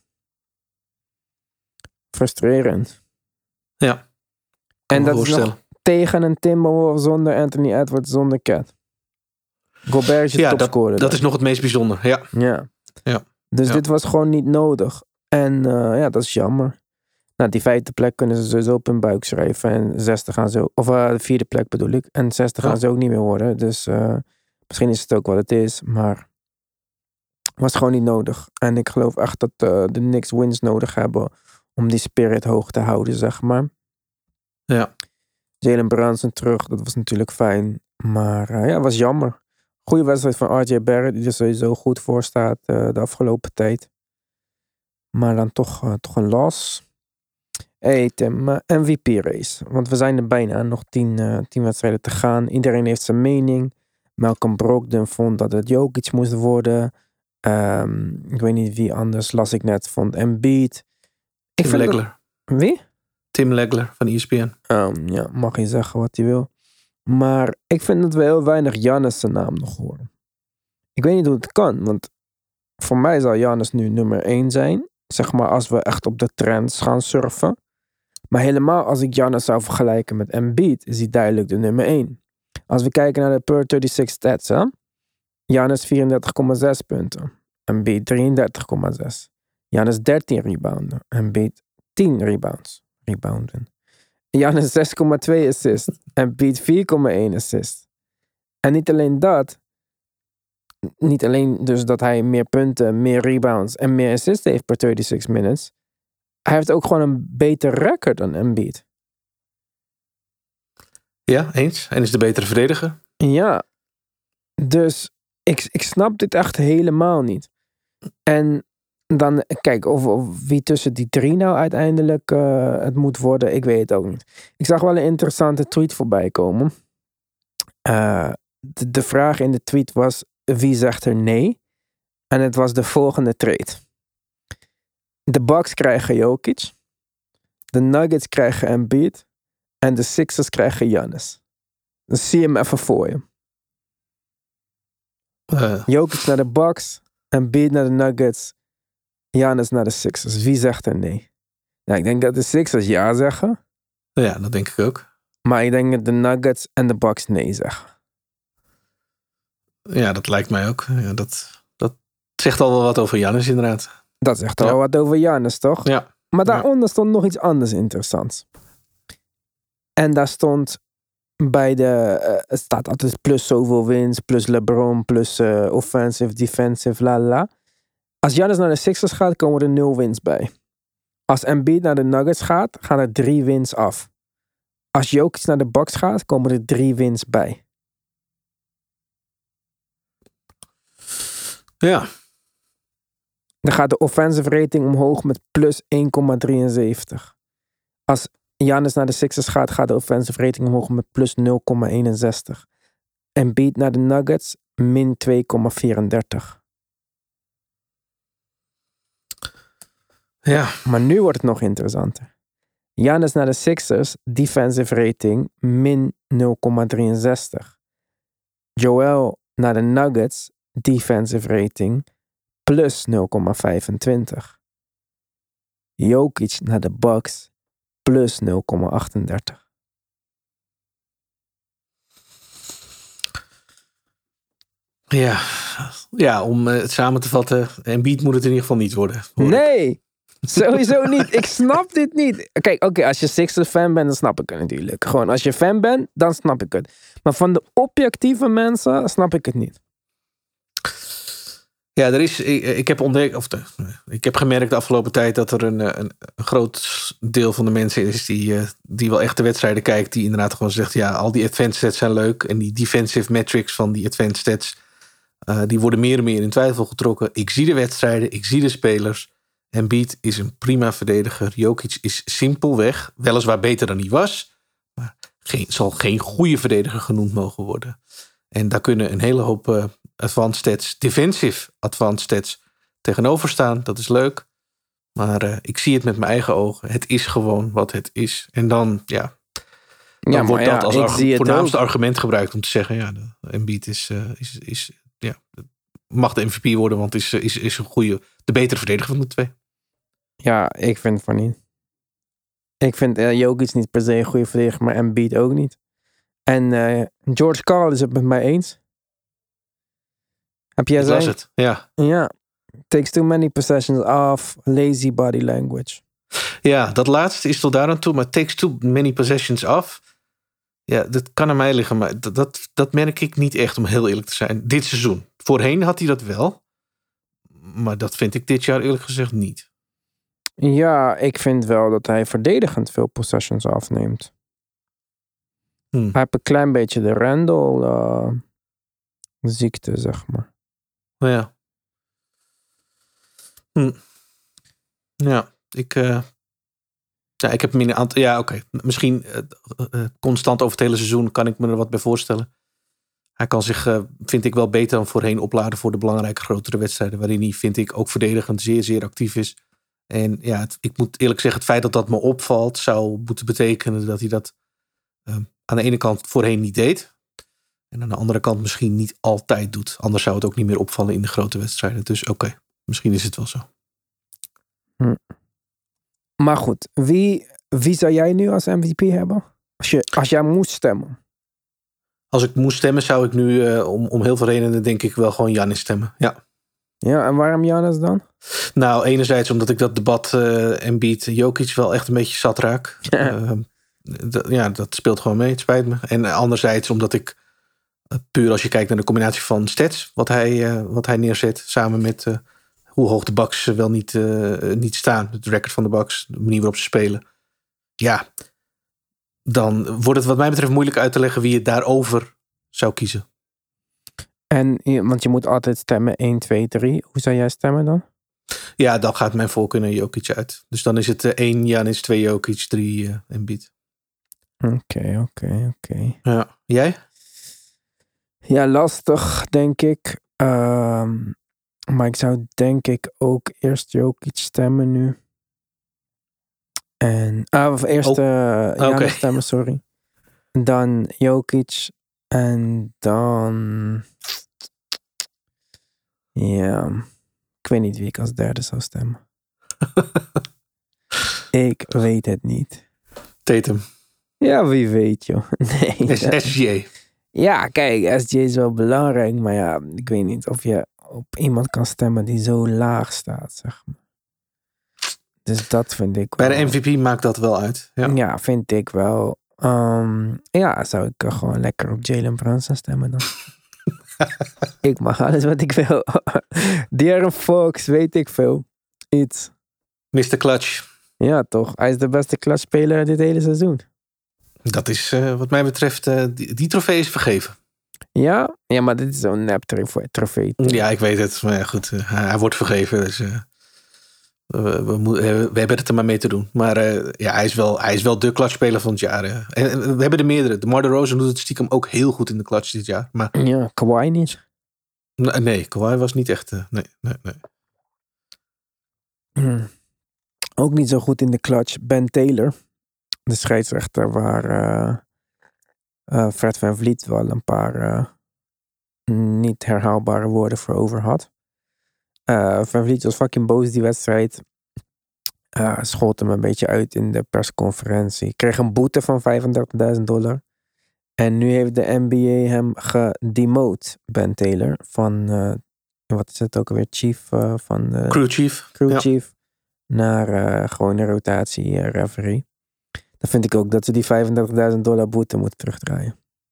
[SPEAKER 1] Frustrerend.
[SPEAKER 3] Ja.
[SPEAKER 1] En dat is nog tegen een Timberwolves zonder Anthony Edwards, zonder Cat. Gobert is je
[SPEAKER 3] ja,
[SPEAKER 1] topscorer.
[SPEAKER 3] Dat, dat is nog het meest bijzonder. Ja.
[SPEAKER 1] Ja.
[SPEAKER 3] ja.
[SPEAKER 1] Dus
[SPEAKER 3] ja.
[SPEAKER 1] dit was gewoon niet nodig. En uh, ja, dat is jammer. Nou, die vijfde plek kunnen ze sowieso op hun buik schrijven. En zesde gaan ze ook, of uh, de vierde plek bedoel ik. En zesde ja. gaan ze ook niet meer worden. Dus uh, misschien is het ook wat het is. Maar was gewoon niet nodig. En ik geloof echt dat uh, de Knicks wins nodig hebben om die spirit hoog te houden, zeg maar.
[SPEAKER 3] Ja.
[SPEAKER 1] Jalen Brunson terug, dat was natuurlijk fijn. Maar uh, ja, het was jammer. Goede wedstrijd van R J Barrett, die er sowieso goed voor staat uh, de afgelopen tijd. Maar dan toch, uh, toch een loss. Hey Tim, uh, M V P race. Want we zijn er bijna, nog tien, uh, tien wedstrijden te gaan. Iedereen heeft zijn mening. Malcolm Brogdon vond dat het Jokic moest worden. Um, ik weet niet wie anders, las ik net, vond Embiid. Ik
[SPEAKER 3] Tim Legler.
[SPEAKER 1] Dat... Wie?
[SPEAKER 3] Tim Legler van E S P N.
[SPEAKER 1] Um, ja, mag je zeggen wat hij wil. Maar ik vind dat we heel weinig Giannis zijn naam nog horen. Ik weet niet hoe het kan, want voor mij zal Giannis nu nummer één zijn. Zeg maar als we echt op de trends gaan surfen. Maar helemaal als ik Giannis zou vergelijken met Embiid, is hij duidelijk de nummer één. Als we kijken naar de per drieëndertig stats, hè. Giannis vierendertig komma zes punten. Embiid drieëndertig komma zes. Giannis dertien rebounden. Embiid tien rebounds. Rebounden. Giannis zes komma twee assists. Embiid vier komma één assist. En niet alleen dat. Niet alleen dus dat hij meer punten, meer rebounds en meer assists heeft per drieëndertig minutes. Hij heeft ook gewoon een beter record dan Embiid.
[SPEAKER 3] Ja, eens. En is de betere verdediger.
[SPEAKER 1] Ja. Dus ik, ik snap dit echt helemaal niet. En dan, kijk, of, of wie tussen die drie nou uiteindelijk uh, het moet worden, ik weet het ook niet. Ik zag wel een interessante tweet voorbij komen. Uh, de, de vraag in de tweet was, wie zegt er nee? En het was de volgende trade. De Bucks krijgen Jokic. De Nuggets krijgen Embiid. En de Sixers krijgen Giannis. Dan zie je hem even voor je. Uh. Jokic naar de Bucks. Embiid naar de Nuggets. Giannis naar de Sixers. Wie zegt er nee? Nou, ik denk dat de Sixers ja zeggen.
[SPEAKER 3] Ja, dat denk ik ook.
[SPEAKER 1] Maar ik denk dat de Nuggets en de Bucks nee zeggen.
[SPEAKER 3] Ja, dat lijkt mij ook. Ja, dat, dat zegt al wel wat over Giannis inderdaad.
[SPEAKER 1] Dat zegt al ja. wat over Giannis, toch?
[SPEAKER 3] Ja.
[SPEAKER 1] Maar daaronder ja. stond nog iets anders interessants. En daar stond bij de... Uh, het staat altijd plus zoveel wins, plus LeBron, plus uh, offensive, defensive, la la. Als Giannis naar de Sixers gaat, komen er nul wins bij. Als Embiid naar de Nuggets gaat, gaan er drie wins af. Als Jokic naar de Bucks gaat, komen er drie wins bij.
[SPEAKER 3] Ja.
[SPEAKER 1] Dan gaat de offensive rating omhoog met plus één komma drieënzeventig. Als Giannis naar de Sixers gaat, gaat de offensive rating omhoog met plus nul komma eenenzestig. Embiid naar de Nuggets, min twee komma vierendertig.
[SPEAKER 3] Ja.
[SPEAKER 1] Maar nu wordt het nog interessanter. Giannis naar de Sixers, defensive rating, min nul komma drieënzestig. Joel naar de Nuggets, defensive rating, plus nul komma vijfentwintig. Jokic naar de Bucks, plus nul komma achtendertig.
[SPEAKER 3] Ja. ja, om het samen te vatten, Embiid moet het in ieder geval niet worden.
[SPEAKER 1] Nee, sowieso niet. Ik snap dit niet. Kijk, oké, okay, als je Sixers fan bent, dan snap ik het natuurlijk. Gewoon, als je fan bent, dan snap ik het. Maar van de objectieve mensen snap ik het niet.
[SPEAKER 3] Ja, er is, ik, ik heb ontdekt, of de, ik heb gemerkt de afgelopen tijd dat er een, een, een groot deel van de mensen is die, die wel echt de wedstrijden kijkt, die inderdaad gewoon zegt, ja, al die advanced stats zijn leuk en die defensive metrics van die advanced stats, uh, die worden meer en meer in twijfel getrokken. Ik zie de wedstrijden, ik zie de spelers. Embiid is een prima verdediger. Jokic is simpelweg, weliswaar beter dan hij was, maar geen, zal geen goede verdediger genoemd mogen worden. En daar kunnen een hele hoop uh, advanced stats, defensive advanced stats, tegenover staan. Dat is leuk. Maar uh, ik zie het met mijn eigen ogen. Het is gewoon wat het is. En dan, ja, dan
[SPEAKER 1] ja,
[SPEAKER 3] wordt
[SPEAKER 1] ja,
[SPEAKER 3] dat als
[SPEAKER 1] ik
[SPEAKER 3] argu-
[SPEAKER 1] zie het
[SPEAKER 3] voornaamste
[SPEAKER 1] ook.
[SPEAKER 3] argument gebruikt om te zeggen, ja, de Embiid is, uh, is, is, ja, mag de M V P worden, want is, is, is een goede, de betere verdediger van de twee.
[SPEAKER 1] Ja, ik vind van niet. Ik vind uh, Jokic niet per se een goede verdediger, maar Embiid ook niet. En uh, George Karl is het met mij eens. Heb jij
[SPEAKER 3] Ik
[SPEAKER 1] zijn?
[SPEAKER 3] las het, ja.
[SPEAKER 1] Ja. Takes too many possessions off, lazy body language.
[SPEAKER 3] Ja, dat laatste is tot daar aan toe, maar takes too many possessions off. Ja, dat kan aan mij liggen, maar dat, dat, dat merk ik niet echt, om heel eerlijk te zijn. Dit seizoen. Voorheen had hij dat wel, maar dat vind ik dit jaar eerlijk gezegd niet.
[SPEAKER 1] Ja, ik vind wel dat hij verdedigend veel possessions afneemt.
[SPEAKER 3] Hmm.
[SPEAKER 1] Hij heeft een klein beetje de Randall uh, ziekte, zeg maar.
[SPEAKER 3] Oh ja. Hm. Ja, ik... Uh, ja, ik heb hem in een aantal... Ja, oké. Okay. Misschien uh, uh, constant over het hele seizoen kan ik me er wat bij voorstellen. Hij kan zich, uh, vind ik, wel beter dan voorheen opladen voor de belangrijke, grotere wedstrijden, waarin hij, vind ik, ook verdedigend zeer, zeer actief is. En ja, het, ik moet eerlijk zeggen, het feit dat dat me opvalt, zou moeten betekenen dat hij dat uh, aan de ene kant voorheen niet deed. En aan de andere kant misschien niet altijd doet. Anders zou het ook niet meer opvallen in de grote wedstrijden. Dus oké, okay, misschien is het wel zo.
[SPEAKER 1] Hm. Maar goed, wie, wie zou jij nu als M V P hebben? Als, je, als jij moest stemmen.
[SPEAKER 3] Als ik moest stemmen, zou ik nu uh, om, om heel veel redenen denk ik wel gewoon Giannis stemmen. Ja.
[SPEAKER 1] Ja, en waarom Giannis dan?
[SPEAKER 3] Nou, enerzijds omdat ik dat debat uh, Embiid Jokic wel echt een beetje zat raak.
[SPEAKER 1] Ja.
[SPEAKER 3] Uh, d- ja, dat speelt gewoon mee. Het spijt me. En anderzijds omdat ik uh, puur als je kijkt naar de combinatie van stats, wat hij, uh, wat hij neerzet, samen met uh, hoe hoog de Bucks wel niet, uh, niet staan. Het record van de Bucks, de manier waarop ze spelen. Ja, dan wordt het wat mij betreft moeilijk uit te leggen wie je daarover zou kiezen.
[SPEAKER 1] En, want je moet altijd stemmen één, twee, drie. Hoe zou jij stemmen dan?
[SPEAKER 3] Ja, dan gaat mijn voorkeur naar Jokic uit. Dus dan is het uh, één Giannis, twee Jokic, drie uh, Embiid.
[SPEAKER 1] Oké, okay, oké, okay, oké. Okay.
[SPEAKER 3] Ja, jij?
[SPEAKER 1] Ja, lastig, denk ik. Um, maar ik zou denk ik ook eerst Jokic stemmen nu. En, ah, of eerst uh, Giannis okay. stemmen, sorry. Dan Jokic. En dan... Ja... Ik weet niet wie ik als derde zou stemmen. Ik weet het niet.
[SPEAKER 3] Tatum.
[SPEAKER 1] Ja, wie weet, joh. Nee.
[SPEAKER 3] S J.
[SPEAKER 1] Ja, kijk, S J is wel belangrijk. Maar ja, ik weet niet of je op iemand kan stemmen die zo laag staat, zeg maar. Dus dat vind ik wel...
[SPEAKER 3] Bij de M V P maakt dat wel uit. Ja,
[SPEAKER 1] ja vind ik wel. Um, ja, zou ik uh, gewoon lekker op Jalen Brunson stemmen dan. Ik mag alles wat ik wil. De'Aaron Fox, weet ik veel. Iets.
[SPEAKER 3] mister Clutch.
[SPEAKER 1] Ja, toch. Hij is de beste clutchspeler dit hele seizoen.
[SPEAKER 3] Dat is uh, wat mij betreft, uh, die, die trofee is vergeven.
[SPEAKER 1] Ja? Ja, maar dit is zo'n nep trofee.
[SPEAKER 3] Ja, ik weet het. Maar ja, goed, uh, hij, hij wordt vergeven. Dus uh, we, we, we, we hebben het er maar mee te doen. Maar uh, ja, hij is wel, hij is wel de clutchspeler van het jaar. Uh. En, en we hebben er meerdere. De DeMar DeRozan doet het stiekem ook heel goed in de clutch dit jaar. Maar,
[SPEAKER 1] ja, Kawhi niet.
[SPEAKER 3] Nee, nee Kawhi was niet echt... Uh, nee, nee, nee.
[SPEAKER 1] Hmm. Ook niet zo goed in de clutch. Ben Taylor, de scheidsrechter waar uh, uh, Fred VanVleet wel een paar uh, niet herhaalbare woorden voor over had. Uh, VanVleet was fucking boos die wedstrijd. Uh, schold hem een beetje uit in de persconferentie. Kreeg een boete van vijfendertigduizend dollar. En nu heeft de N B A hem gedemote, Ben Taylor, van, uh, wat is het ook alweer, chief uh, van de...
[SPEAKER 3] Crew chief.
[SPEAKER 1] Crew
[SPEAKER 3] ja.
[SPEAKER 1] chief. Naar uh, gewoon een rotatie uh, referee. Dan vind ik ook dat ze die vijfendertigduizend dollar boete moeten terugdraaien.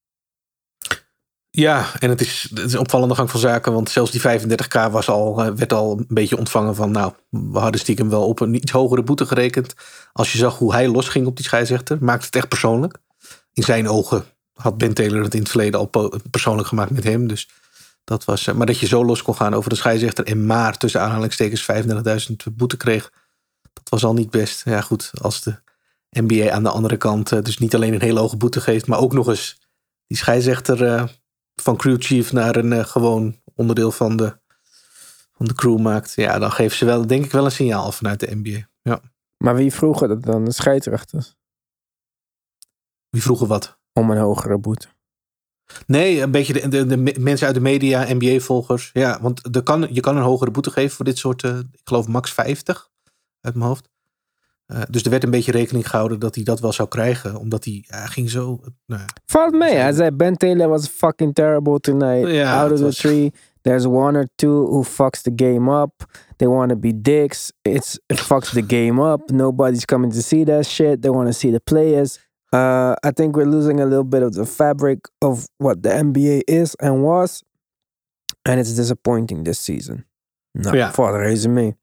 [SPEAKER 3] Ja, en het is, het is een opvallende gang van zaken. Want zelfs die vijfendertig k was al, werd al een beetje ontvangen van... nou, we hadden stiekem wel op een iets hogere boete gerekend. Als je zag hoe hij losging op die scheidsrechter, maakte het echt persoonlijk. In zijn ogen had Ben Taylor het in het verleden al po- persoonlijk gemaakt met hem. Dus dat was... Maar dat je zo los kon gaan over de scheidsrechter... en maar tussen aanhalingstekens vijfendertigduizend boete kreeg... dat was al niet best. Ja goed, als de N B A aan de andere kant... dus niet alleen een hele hoge boete geeft... maar ook nog eens die scheidsrechter... Uh, van crew chief naar een uh, gewoon onderdeel van de, van de crew maakt. Ja, dan geven ze wel, denk ik, wel een signaal vanuit de N B A. Ja.
[SPEAKER 1] Maar wie vroegen dat dan? De scheidsrechters?
[SPEAKER 3] Wie vroegen wat?
[SPEAKER 1] Om een hogere boete.
[SPEAKER 3] Nee, een beetje de, de, de mensen uit de media, N B A-volgers. Ja, want er kan, je kan een hogere boete geven voor dit soort, uh, ik geloof max vijftig uit mijn hoofd. Uh, dus er werd een beetje rekening gehouden dat hij dat wel zou krijgen. Omdat hij ja, ging zo... Nou ja.
[SPEAKER 1] Valt mee. Hij zei Ben Taylor was fucking terrible tonight.
[SPEAKER 3] Ja,
[SPEAKER 1] Out of the
[SPEAKER 3] was...
[SPEAKER 1] three. There's one or two who fucks the game up. They want to be dicks. It's, it fucks the game up. Nobody's coming to see that shit. They want to see the players. Uh, I think we're losing a little bit of the fabric of what the N B A is and was. And it's disappointing this season. Nou,
[SPEAKER 3] ja.
[SPEAKER 1] valt reuze mee.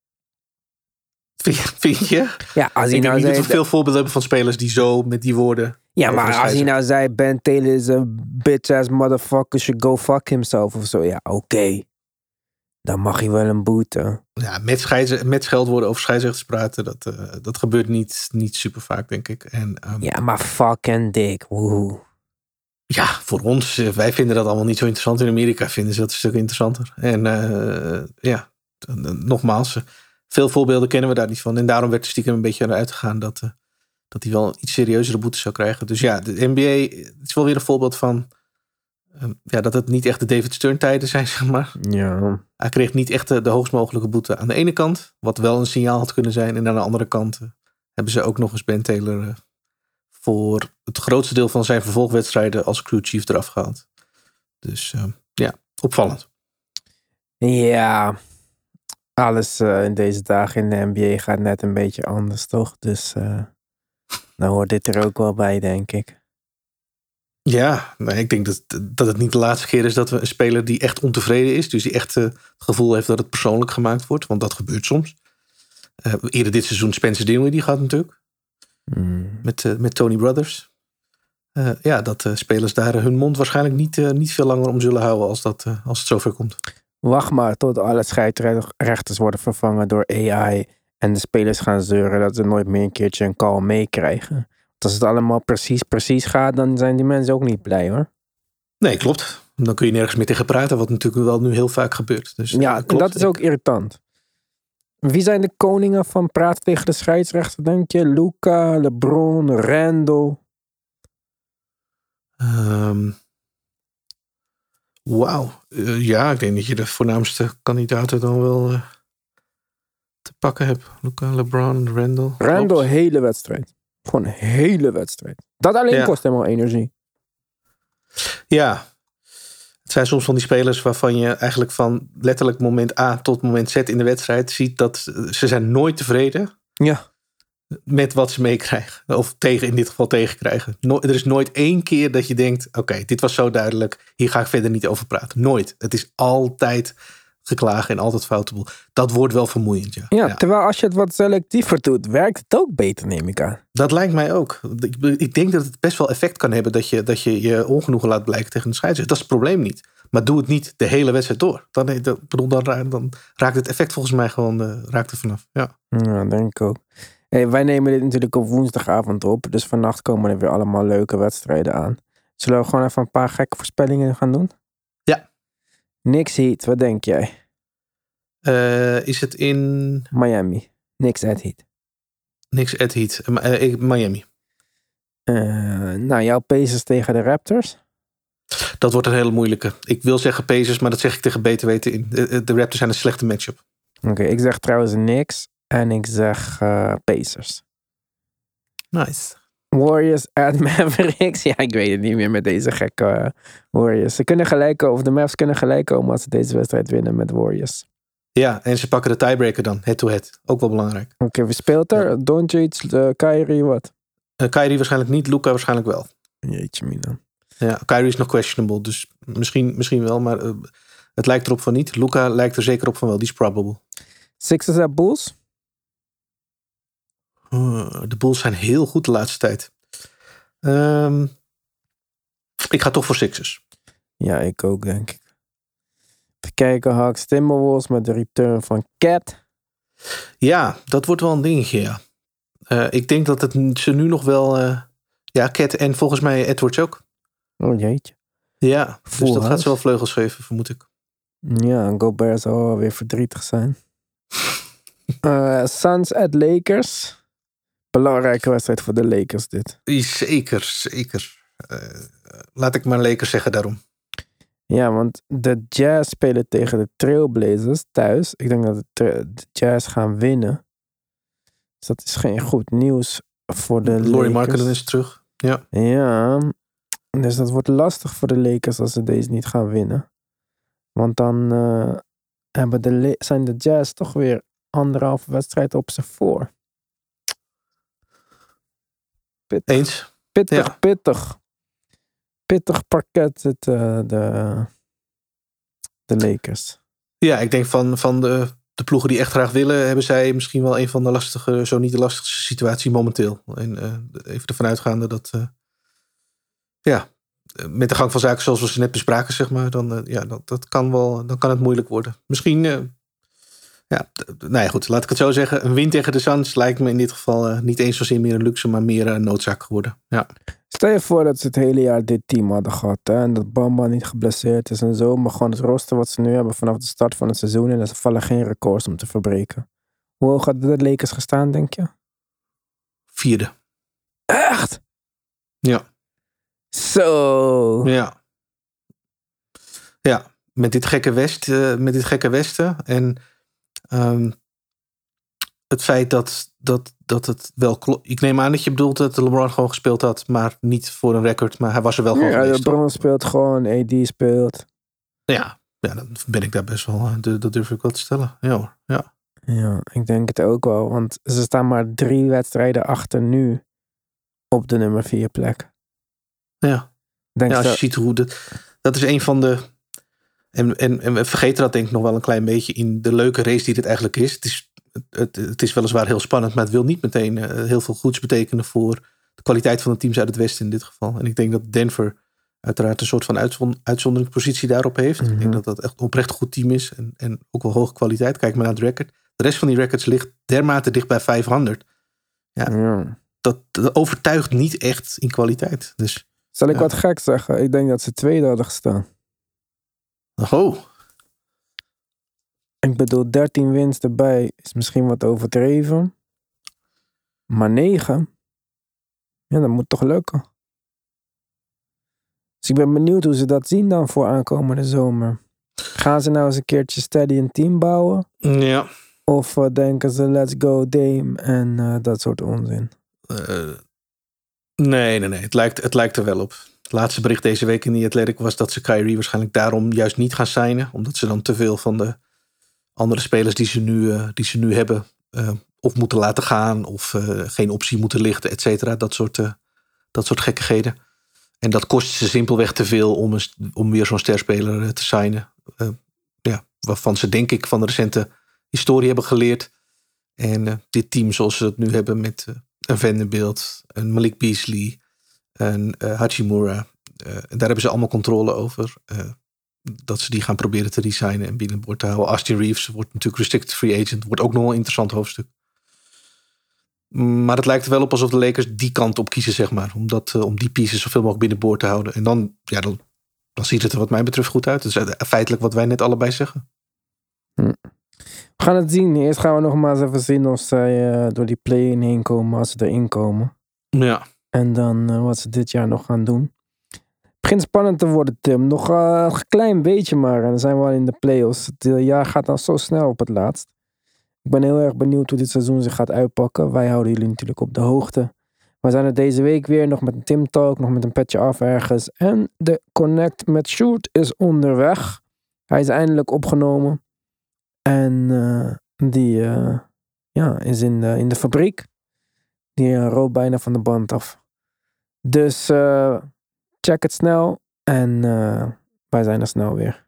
[SPEAKER 3] Vind je?
[SPEAKER 1] Ja, als hij
[SPEAKER 3] ik
[SPEAKER 1] nou
[SPEAKER 3] denk
[SPEAKER 1] zei...
[SPEAKER 3] niet dat we veel voorbeelden hebben van spelers die zo met die woorden...
[SPEAKER 1] Ja, maar als hij nou zei... Ben Taylor is a bitch-ass motherfucker, should go fuck himself of zo. Ja, oké. Okay. Dan mag hij wel een boete.
[SPEAKER 3] Ja, met, scheids, met scheldwoorden over scheidsrechters praten... dat, uh, dat gebeurt niet, niet super vaak, denk ik. En, um,
[SPEAKER 1] ja, maar fuck en dik. Woehoe.
[SPEAKER 3] Ja, voor ons. Wij vinden dat allemaal niet zo interessant. In Amerika vinden ze dat een stuk interessanter. En uh, ja, nogmaals... Veel voorbeelden kennen we daar niet van. En daarom werd er stiekem een beetje naar uitgegaan dat, uh, dat hij wel een iets serieuzere boete zou krijgen. Dus ja, de N B A het is wel weer een voorbeeld van uh, ja, dat het niet echt de David Stern tijden zijn, zeg maar.
[SPEAKER 1] Ja.
[SPEAKER 3] Hij kreeg niet echt de, de hoogst mogelijke boete aan de ene kant, wat wel een signaal had kunnen zijn. En aan de andere kant uh, hebben ze ook nog eens Ben Taylor uh, voor het grootste deel van zijn vervolgwedstrijden als crew chief eraf gehaald. Dus uh, ja, opvallend.
[SPEAKER 1] Ja, alles uh, in deze dagen in de N B A gaat net een beetje anders, toch? Dus uh, dan hoort dit er ook wel bij, denk ik.
[SPEAKER 3] Ja, nee, ik denk dat, dat het niet de laatste keer is dat we een speler die echt ontevreden is. Dus die echt uh, het gevoel heeft dat het persoonlijk gemaakt wordt. Want dat gebeurt soms. Uh, eerder dit seizoen Spencer Dinwiddie gehad natuurlijk.
[SPEAKER 1] Mm.
[SPEAKER 3] Met, uh, met Tony Brothers. Uh, ja, dat uh, spelers daar hun mond waarschijnlijk niet, uh, niet veel langer om zullen houden als, dat, uh, als het zover komt.
[SPEAKER 1] Wacht maar tot alle scheidsrechters worden vervangen door A I. En de spelers gaan zeuren dat ze nooit meer een keertje een call meekrijgen. Want als het allemaal precies, precies gaat, dan zijn die mensen ook niet blij, hoor.
[SPEAKER 3] Nee, klopt. Dan kun je nergens meer tegen praten, wat natuurlijk wel nu heel vaak gebeurt. Dus,
[SPEAKER 1] ja,
[SPEAKER 3] klopt.
[SPEAKER 1] Dat is ook irritant. Wie zijn de koningen van praten tegen de scheidsrechter, denk je? Luka, LeBron, Randall?
[SPEAKER 3] Um, Wauw. Uh, ja, ik denk dat je de voornaamste kandidaten dan wel uh, te pakken hebt. Luka, LeBron, Randall.
[SPEAKER 1] Randall,
[SPEAKER 3] Klopt.
[SPEAKER 1] hele wedstrijd. Gewoon een hele wedstrijd. Dat alleen
[SPEAKER 3] ja.
[SPEAKER 1] kost helemaal energie.
[SPEAKER 3] Ja. Het zijn soms van die spelers waarvan je eigenlijk van letterlijk moment A tot moment Z in de wedstrijd ziet dat ze zijn nooit tevreden.
[SPEAKER 1] Ja.
[SPEAKER 3] Met wat ze meekrijgen. Of tegen, in dit geval tegenkrijgen. No- er is nooit één keer dat je denkt, oké, okay, dit was zo duidelijk. Hier ga ik verder niet over praten. Nooit. Het is altijd geklaag en altijd foutable. Dat wordt wel vermoeiend, ja.
[SPEAKER 1] Ja,
[SPEAKER 3] ja.
[SPEAKER 1] terwijl als je het wat selectiever doet, werkt het ook beter, neem ik aan.
[SPEAKER 3] Dat lijkt mij ook. Ik, ik denk dat het best wel effect kan hebben dat je dat je, je ongenoegen laat blijken tegen de scheidsrechter. Dat is het probleem niet. Maar doe het niet de hele wedstrijd door. Dan, dan, bedoel, dan, dan raakt het effect volgens mij gewoon uh, raakt er vanaf. Ja,
[SPEAKER 1] ja denk ik ook. Hey, wij nemen dit natuurlijk op woensdagavond op. Dus vannacht komen er weer allemaal leuke wedstrijden aan. Zullen we gewoon even een paar gekke voorspellingen gaan doen?
[SPEAKER 3] Ja.
[SPEAKER 1] Knicks Heat, wat denk jij?
[SPEAKER 3] Uh, is het in...
[SPEAKER 1] Miami. Knicks at Heat.
[SPEAKER 3] Knicks at Heat. Uh, uh, Miami.
[SPEAKER 1] Uh, nou, jouw Pacers tegen de Raptors?
[SPEAKER 3] Dat wordt een hele moeilijke. Ik wil zeggen Pacers, maar dat zeg ik tegen beter weten in. De, de Raptors zijn een slechte matchup.
[SPEAKER 1] Oké, okay, ik zeg trouwens Knicks en ik zeg uh, Pacers.
[SPEAKER 3] Nice.
[SPEAKER 1] Warriors at Mavericks. Ja, ik weet het niet meer met deze gekke uh, Warriors. Ze kunnen gelijk komen, of de Mavs kunnen gelijk komen als ze deze wedstrijd winnen met Warriors.
[SPEAKER 3] Ja, en ze pakken de tiebreaker dan, head-to-head. Ook wel belangrijk.
[SPEAKER 1] Oké, okay, wie speelt er? Ja. Doncic, uh, Kyrie, wat?
[SPEAKER 3] Uh, Kyrie waarschijnlijk niet, Luka waarschijnlijk wel.
[SPEAKER 1] Jeetje mina.
[SPEAKER 3] Ja, Kyrie is nog questionable, dus misschien, misschien wel, maar uh, het lijkt erop van niet. Luka lijkt er zeker op van wel, die is probable.
[SPEAKER 1] Sixers at Bulls?
[SPEAKER 3] Uh, de Bulls zijn heel goed de laatste tijd. Um, ik ga toch voor Sixers.
[SPEAKER 1] Ja, ik ook, denk ik. Even kijken, Hawks Timberwolves met de return van Cat.
[SPEAKER 3] Ja, dat wordt wel een dingetje, ja. Uh, ik denk dat het ze nu nog wel... Uh, ja, Cat en volgens mij Edwards ook.
[SPEAKER 1] Oh jeetje.
[SPEAKER 3] Ja,
[SPEAKER 1] Full
[SPEAKER 3] dus dat
[SPEAKER 1] house.
[SPEAKER 3] gaat ze wel vleugels geven, vermoed ik.
[SPEAKER 1] Ja, Gobert zal wel weer verdrietig zijn. uh, Suns at Lakers. Belangrijke wedstrijd voor de Lakers dit.
[SPEAKER 3] Zeker, zeker. Uh, laat ik maar Lakers zeggen daarom.
[SPEAKER 1] Ja, want de Jazz spelen tegen de Trailblazers thuis. Ik denk dat de, tra- de Jazz gaan winnen. Dus dat is geen goed nieuws voor de Lakers.
[SPEAKER 3] Lauri Markkanen is terug. Ja.
[SPEAKER 1] Ja, dus dat wordt lastig voor de Lakers als ze deze niet gaan winnen. Want dan uh, hebben de Le- zijn de Jazz toch weer anderhalve wedstrijd op ze voor. Pittig.
[SPEAKER 3] Eens.
[SPEAKER 1] Pittig,
[SPEAKER 3] ja.
[SPEAKER 1] pittig. Pittig parket het, uh, de, de Lakers.
[SPEAKER 3] Ja, ik denk van, van de, de ploegen die echt graag willen, hebben zij misschien wel een van de lastige, zo niet de lastigste situatie momenteel. En uh, even ervan uitgaande dat, uh, ja, met de gang van zaken zoals we ze net bespraken, zeg maar, dan, uh, ja, dat, dat kan wel, dan kan het moeilijk worden. Misschien, uh, ja, nou ja, goed, laat ik het zo zeggen. Een win tegen de Suns lijkt me in dit geval uh, niet eens zozeer meer een luxe, maar meer een noodzaak geworden. Ja.
[SPEAKER 1] Stel je voor dat ze het hele jaar dit team hadden gehad. Hè, en dat Bamba niet geblesseerd is en zo. Maar gewoon het roster wat ze nu hebben vanaf de start van het seizoen. En er vallen geen records om te verbreken. Hoe hoog hadden de Lakers gestaan, denk je?
[SPEAKER 3] Vierde.
[SPEAKER 1] Echt?
[SPEAKER 3] Ja.
[SPEAKER 1] Zo.
[SPEAKER 3] Ja. Ja, met dit gekke West, uh, met dit gekke Westen. En um, het feit dat, dat, dat het wel klopt. Ik neem aan dat je bedoelt dat LeBron gewoon gespeeld had, maar niet voor een record. Maar hij was er wel gewoon
[SPEAKER 1] ja,
[SPEAKER 3] geweest.
[SPEAKER 1] LeBron speelt gewoon, A D speelt.
[SPEAKER 3] Ja, ja, dan ben ik daar best wel, dat durf ik wel te stellen. Ja hoor, ja.
[SPEAKER 1] Ja, ik denk het ook wel. Want ze staan maar drie wedstrijden achter nu op de nummer vier plek.
[SPEAKER 3] Ja,
[SPEAKER 1] denk
[SPEAKER 3] ja als je
[SPEAKER 1] dat...
[SPEAKER 3] ziet hoe... Dat, dat is een van de... En, en, en we vergeten dat denk ik nog wel een klein beetje in de leuke race die dit eigenlijk is. Het is, het, het is weliswaar heel spannend, maar het wil niet meteen uh, heel veel goeds betekenen voor de kwaliteit van de teams uit het Westen in dit geval. En ik denk dat Denver uiteraard een soort van uitzond, uitzonderingspositie daarop heeft. Mm-hmm. Ik denk dat dat echt een oprecht goed team is en, en ook wel hoge kwaliteit. Kijk maar naar het record. De rest van die records ligt dermate dicht bij vijfhonderd. Ja, ja. Dat, dat overtuigt niet echt in kwaliteit. Dus,
[SPEAKER 1] zal ik
[SPEAKER 3] ja.
[SPEAKER 1] wat gek zeggen? Ik denk dat ze tweede hadden gestaan.
[SPEAKER 3] Oh.
[SPEAKER 1] Ik bedoel, dertien wins erbij is misschien wat overdreven. Maar negen? Ja, dat moet toch lukken. Dus ik ben benieuwd hoe ze dat zien dan voor aankomende zomer. Gaan ze nou eens een keertje steady een team bouwen?
[SPEAKER 3] Ja.
[SPEAKER 1] Of uh, denken ze let's go Dame en uh, dat soort onzin?
[SPEAKER 3] Uh, nee, nee, nee. Het lijkt, het lijkt er wel op. Het laatste bericht deze week in The Athletic was dat ze Kyrie waarschijnlijk daarom juist niet gaan signen. Omdat ze dan te veel van de andere spelers die ze nu, uh, die ze nu hebben uh, of moeten laten gaan. Of uh, geen optie moeten lichten, et cetera. Dat soort, uh, dat soort gekkigheden. En dat kost ze simpelweg te veel om, een, om weer zo'n sterspeler uh, te signen. Uh, ja, waarvan ze denk ik van de recente historie hebben geleerd. En uh, dit team zoals ze het nu hebben met uh, een Vanderbilt, een Malik Beasley, een uh, Hachimura. Uh, daar hebben ze allemaal controle over. Uh, dat ze die gaan proberen te resignen en binnenboord te houden. Austin Reeves wordt natuurlijk restricted free agent. Wordt ook nog wel een interessant hoofdstuk. Maar het lijkt er wel op alsof de Lakers die kant op kiezen, zeg maar. Om, dat, uh, om die pieces zoveel mogelijk binnenboord te houden. En dan, ja, dan, dan ziet het er wat mij betreft goed uit. Het is feitelijk wat wij net allebei zeggen.
[SPEAKER 1] Hm. We gaan het zien. Eerst gaan we nog maar eens even zien of zij uh, door die play-in heen komen als ze erin komen.
[SPEAKER 3] Ja.
[SPEAKER 1] En dan uh, wat ze dit jaar nog gaan doen. Het begint spannend te worden, Tim. Nog uh, een klein beetje maar. En dan zijn we al in de play-offs. Het uh, jaar gaat dan zo snel op het laatst. Ik ben heel erg benieuwd hoe dit seizoen zich gaat uitpakken. Wij houden jullie natuurlijk op de hoogte. We zijn er deze week weer nog met een Tim Talk. Nog met een petje af ergens. En de Connect met Sjoerd is onderweg. Hij is eindelijk opgenomen. En uh, die uh, ja, is in de, in de fabriek. Die uh, rookt bijna van de band af. Dus uh, check het snel. En uh, wij zijn er snel weer.